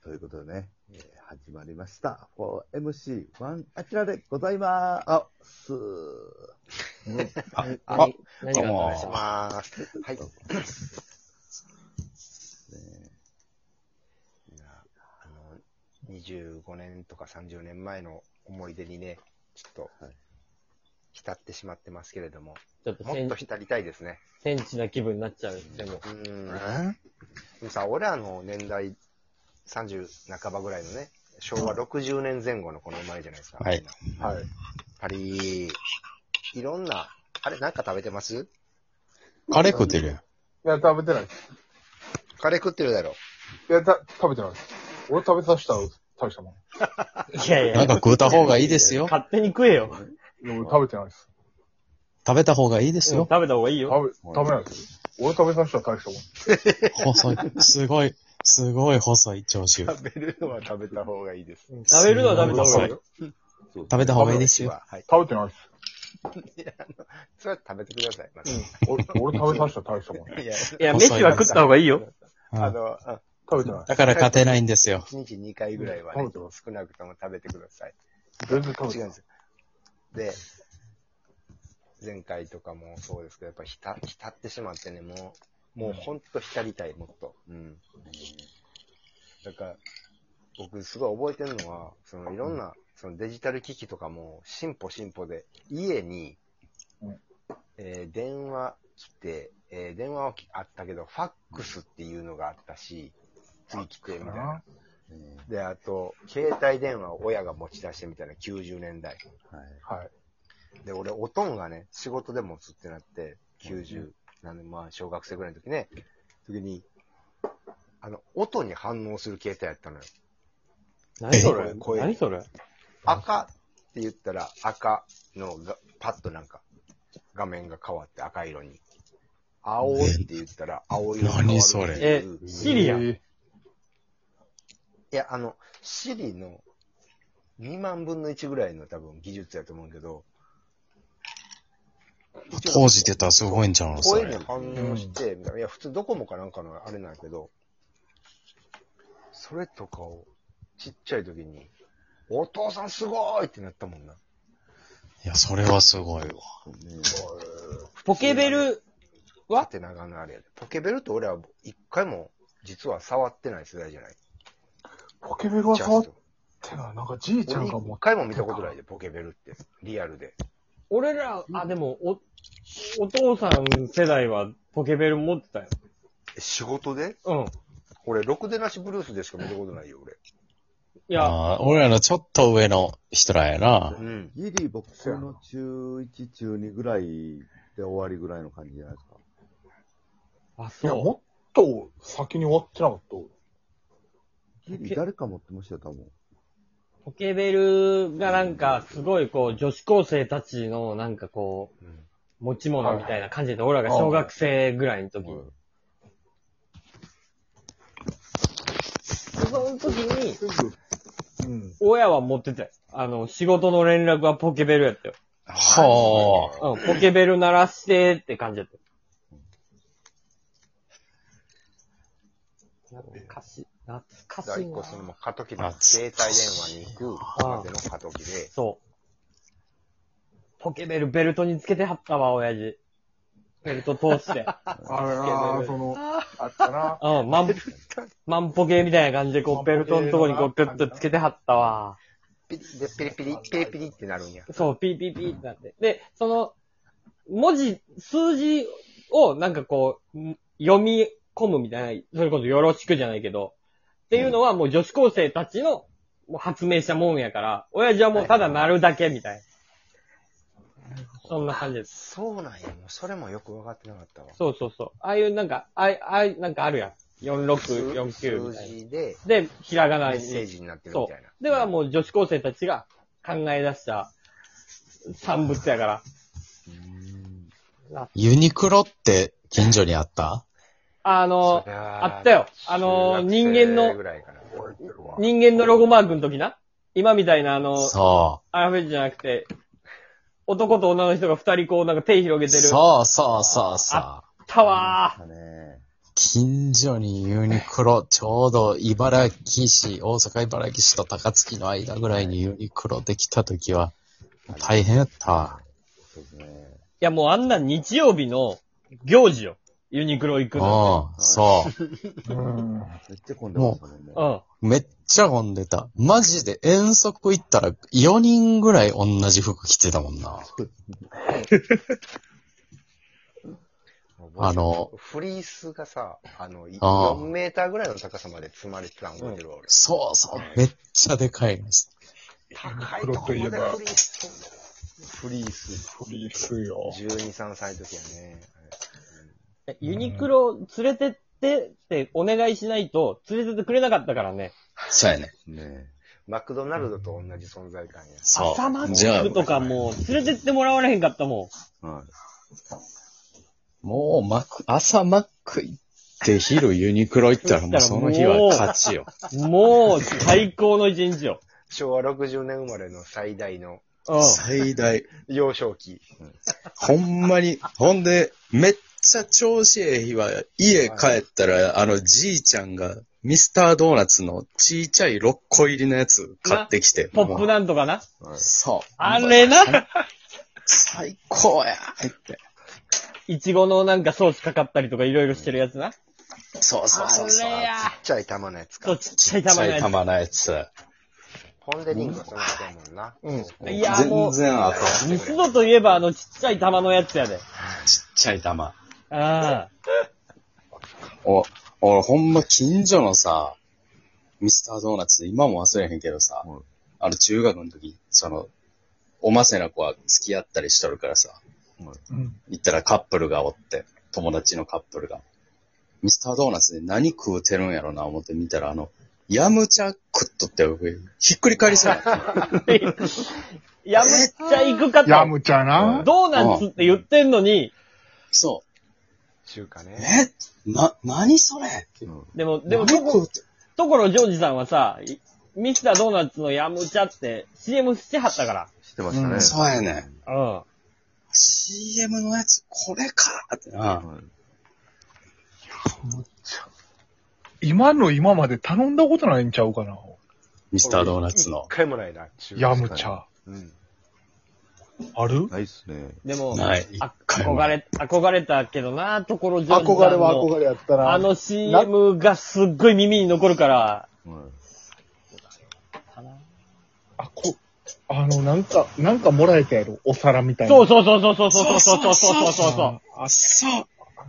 ということでね、始まりました。4MC1 あちらでございまーす。 何がお願いします。はい。25年とか30年前の思い出にね、ちょっと、浸ってしまってますけれども、 ちょっともっと浸りたいですね。 センチな気分になっちゃう。でも。 でもさ、俺らの年代、30半ばぐらいのね、昭和60年前後のこの生まれじゃないですか。 はい。 はい。やっぱり、いろんな、あれ、なんか食べてます？ カレー食ってるやん。 いや、食べてないです。 カレー食ってるだろ。 いや、食べてないです。俺食べさせたら大したもん。 いやいや。 なんか食うた方がいいですよ。 勝手に食えよ。 いや、俺食べてないです。 食べた方がいいですよ。 食べた方がいいよ。 食べないですよ。俺食べさせたら大したもん。 細い。すごい細い聴取。 食べるのは食べた方がいいです。 食べるのは食べた方がいいよ。 食べた方がいいですよ。 はい。 食べてないです。 いや、それは食べてください。まず俺食べさせたら大したもん。 いや、 いや、飯は食った方がいいよ。 食べてない。 だから勝てないんですよ。 1日2回ぐらいはね、少なくとも食べてください。 全然食べてない。 違うんですよ。で、前回とかもそうですけど、やっぱ浸ってしまってね、もうほんと浸りたい、もっと。うん。だから、僕すごい覚えてるのは、いろんな、デジタル機器とかも進歩で、家に、電話来て、電話はあったけど、ファックスっていうのがあったし、次来て、みたいな。で、あと、携帯電話を親が持ち出してみたいな、90年代。 はい。 で、俺、おとんがね、仕事で持つってなって、90、まあ、小学生ぐらいの時に、音に反応する携帯やったのよ。 何それ何それ赤って言ったら赤のがパッとなんか画面が変わって赤色に。青って言ったら青色に変わる。 何それシリアン。 いや、シリの2万分の1ぐらいの多分技術やと思うけど、 当時って言ったらすごいんちゃうのそれ。 声に反応して、いや、普通ドコモかなんかのあれなんやけど、それとかをちっちゃい時に、お父さんすごいってなったもんな。 いや、それはすごいわ。 ポケベルは縦長のあれやで。ポケベルって俺は一回も実は触ってない世代じゃない。 ポケベルは触ってない。なんかじいちゃんが一回も見たことないで、ポケベルって。リアルで。 俺ら、でも、お父さん世代はポケベル持ってたよ。 仕事で？ うん。 俺、ろくでなしブルースでしか見たことないよ、俺。 いや、 俺らのちょっと上の人らやな。 うん。 ギリ僕の中1、中2ぐらいで終わりぐらいの感じじゃないですか。 あ、 いや、 そう。 もっと先に終わってなかった。 ギリ誰か持ってましたよ、多分。 ポケベルがなんか、すごいこう、女子高生たちのなんかこう、持ち物みたいな感じで、俺らが小学生ぐらいの時に。その時に、親は持ってたよ。仕事の連絡はポケベルやったよ。 はポケベル鳴らしてって感じだったよ。懐かしいな。 一個過渡期の携帯電話に行くまでの過渡期で。 そう。ポケベルベルトにつけてはったわ、親父。ベルト通して。 あったな。 万ポケみたいな感じで、こう、ベルトのとこにこう、ピュッとつけてはったわ。 ピリピリってなるんや。 そう、ピーピーピーってなって。で、数字をなんかこう、読み込むみたいな、それこそよろしくじゃないけど、っていうのはもう女子高生たちのもう発明したもんやから、親父はもうただ鳴るだけみたいな。そんな感じです。 そうなんや。もうそれもよく分かってなかったわ。 そう。ああいうなんか、なんかあるやん。4649みたいな。 数字で、 で、ひらがなに。 メッセージになってるみたいな。 ではもう女子高生たちが考え出した産物やから。 ユニクロって近所にあった？ あったよ。人間のロゴマークの時な。今みたいなそう。 アルファベットじゃなくて、男と女の人が二人こうなんか手広げてる。 そう。 あったわー。 近所にユニクロ、ちょうど茨城市、大阪茨城市と高槻の間ぐらいにユニクロできた時は、大変やったわ。 そうですね。 いや、もうあんな日曜日の行事よ。ユニクロ行くの。 うん、そう。 うん。 めっちゃ混んでましたもんね。 うん。 めっちゃ混んでた。マジで遠足行ったら4人ぐらい同じ服着てたもんな。 フリースがさ、 あ 4メーターぐらいの高さまで積まれてたの覚えてるわ、俺。 そうそう、めっちゃでかいんです。 高いとこまでフリース。フリース。 フリースよ。 12、3歳の時やね。 ユニクロ連れてってってお願いしないと連れてってくれなかったからね。 そうやね。 ねマクドナルドと同じ存在感や。 そう。 朝マじゃあックとかもう連れてってもらわれへんかったもはい。 もう朝マック行って昼ユニクロ行ったらもうその日は勝ちよ。 ん。もう最高の一日よ。 昭和60年生まれの最大のうん。 最大。 幼少期。 ほんまに。ほんで、めっちゃ調子ええ日は、家帰ったら、じいちゃんが、ミスタードーナツのちいちゃい6個入りのやつ買ってきて。 ポップなんとかな。 そう。 あれな。 最高やって。 いちごのなんかソースかかったりとかいろいろしてるやつな。 そうそうそうそう。 あれや。 ちっちゃい玉のやつかそう、。ちっちゃい玉のやつ。 玉のやつ。 ポンデリングはそのことやもんな。 うん。いや、もう、 全然あと。 ミスドといえばちっちゃい玉のやつやで。 ちっちゃい玉。 あ俺ほんま近所のさ、ミスタードーナツ、今も忘れへんけどさ、中学の時、おませな子は付き合ったりしとるからさ、 うん。 行ったらカップルがおって、友達のカップルが。ミスタードーナツで何食うてるんやろな思って見たら、ヤムチャ食っとって、ひっくり返りそうやった。 あ。やむっちゃ行くかと。 ヤムチャな。 ドーナツって言ってんのに、 そ中華ね。 う。何それって。 でも、 何食うてところジョージさんはさ、ミスタードーナツのヤムチャって CM してはったか知ってましたね。 うんそうやね。 ら。うん。 CM のやつ、これかってな。 はい今の今まで頼んだことないんちゃうかな。 ミスタードーナツの一。回もないな、中華。 ヤムチャ。 うん。 あるないっすね。 でも、 ない。一回も憧れたけどな、ところジョージさんの。 憧れは憧れやったな。 あの CM がすっごい耳に残るから。 はいなんかもらえたやろ。お皿みたいな。 そうそうそうそうそうそうそうそう。 あそう。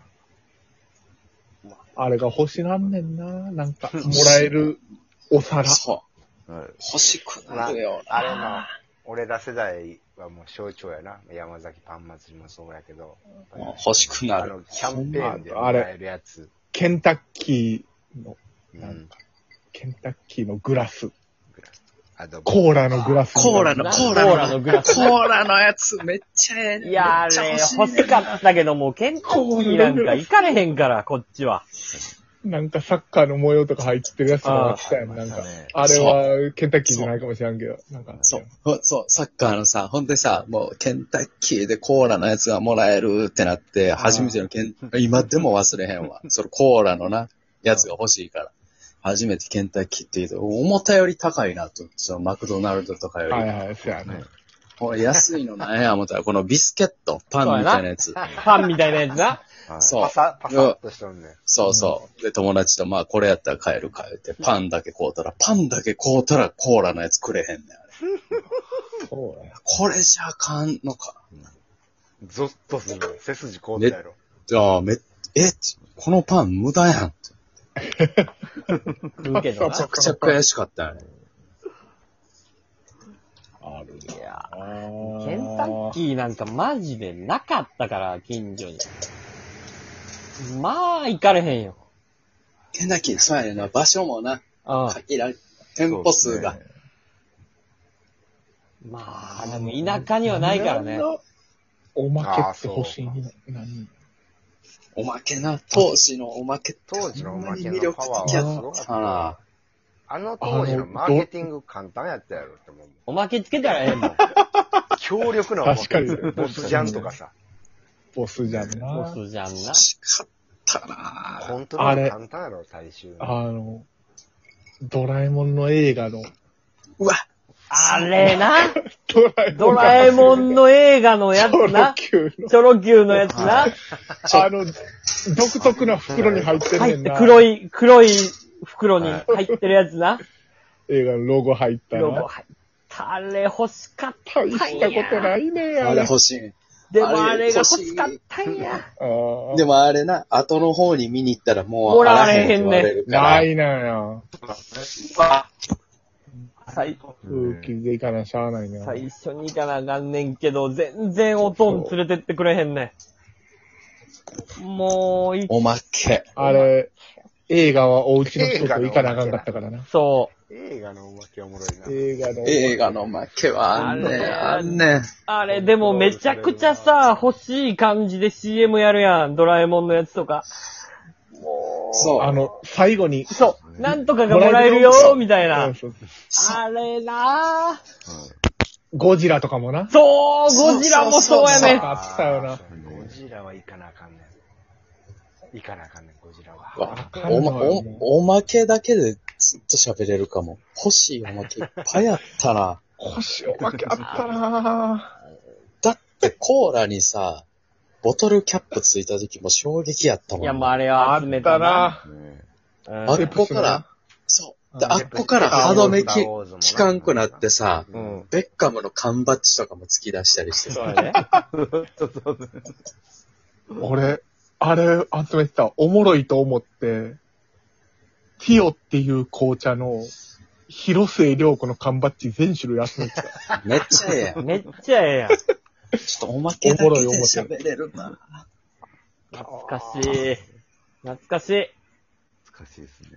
あれが欲しなんねんな。なんか、もらえるお皿。 そう。 はい。 欲しくまあなるよ。 あれの、俺ら世代はもう象徴やな。山崎パン祭りもそうやけど。 欲しくなる。 キャンペーンでもらえるやつ。 ケンタッキーの、 うん。 ケンタッキーのグラス。 あと、 コーラのグラス。 コーラのコーラのグラス。 コーラのやつめっちゃええね。 いや、あれ、欲しかったけども、ケンタッキーなんか行かれへんから、こっちは。 なんかサッカーの模様とか入ってるやつとかあったやん。 あーなんかありましたね、 あれはケンタッキーじゃないかもしれんけど。なんか、 そう、サッカーのさ、ほんでさ、もうケンタッキーでコーラのやつがもらえるってなって、初めての今でも忘れへんわ。そのコーラのな、やつが欲しいから。初めてケンタッキーって言うと、思ったより高いなと。そのマクドナルドとかより。 はいはい、そうやね。 これ安いのなんや思ったら、このビスケット、パンみたいなやつ。 パンみたいなやつな。 はいそうパ。サッとしとんねん。 そうそう。で、友達と、まあ、これやったら買える買えて、パンだけ買うたら、コーラのやつくれへんねん、あれ。 そうや。 これじゃあかんのか。 ゾッとするの。背筋凍ったやろ。 じゃあ、このパン無駄やん。 食うけどな。 めちゃくちゃ悔しかったよね。 あるいや、 なケンタッキーなんかマジでなかったから、近所に。まあ、行かれへんよ。 ケンタッキー、そうやねんな。場所もな、 うん。 限られ、店舗数が。 まあ、でも田舎にはないからね。 おまけって欲しいな。何おまけな、当時のおまけって当時のおまけのほんまに魅力パワーは的やっすごかったたな。 あの当時のマーケティング簡単やったやろって思う。 おまけつけたらええもん。 強力なおまけ確かにボスジャンとかさ。 ボスじゃんな。 ボスじゃんな欲。しかっったなコントロール簡単やろ、大衆。 ドラえもんの映画の、 うわあれな。 ドドラえもんの映画のやつな。 チョロ Q のチョロ Q のやつな。 独特な袋に入ってん入って、 ねんな。 黒い袋に入ってるやつな。 映画のロゴ入ったな。 ロゴ入った。あれ欲しかったんや。 大したことないねあれ欲しい。 でもあれが欲しかったんや。 でもあれな、後の方に見に行ったらもう、 もらわれへんねんあらへって言われるからないなよ。 最空気でいかなしゃあないな。 最初に行かなあかんねんけど、全然おとん連れてってくれへんねん。もう、 おまけ。 あれ、映画はお家の人と行かなあかんかったからな。 そ映画のおまけおもろいな。 映画の。 おまけはあんねん、あんねん。 う。あれ、でもめちゃくちゃさ、欲しい感じで CM やるやん。ドラえもんのやつとか。 そう。 最後に。 そう。なんとかがもらえるよー、みたいな。 そうあれなゴジラとかもな。 そう、ゴジラもそうやね。 あったよな。 ゴジラは行かなあかんねん。行かなあかんねん、ゴジラは。 おまけだけでずっと喋れるかも。欲しいおまけいっぱいあったな。 星おまけあったなだってコーラにさ、ボトルキャップついた時も衝撃やったもん。 いや、もうあれは集めたな。 あっこから、そう。であっこから歯止めきかんくなってさ、 うん。 ベッカムの缶バッジとかも突き出したりしてさ。 そうやね。 俺、あれ集めてた。おもろいと思って、ティオっていう紅茶の、広末涼子の缶バッジ全種類集めてた。 めっちゃええやん。 めっちゃええやん。 ちょっとおまけだけで喋れるな。 懐かしい。懐かしい。 難しいですね。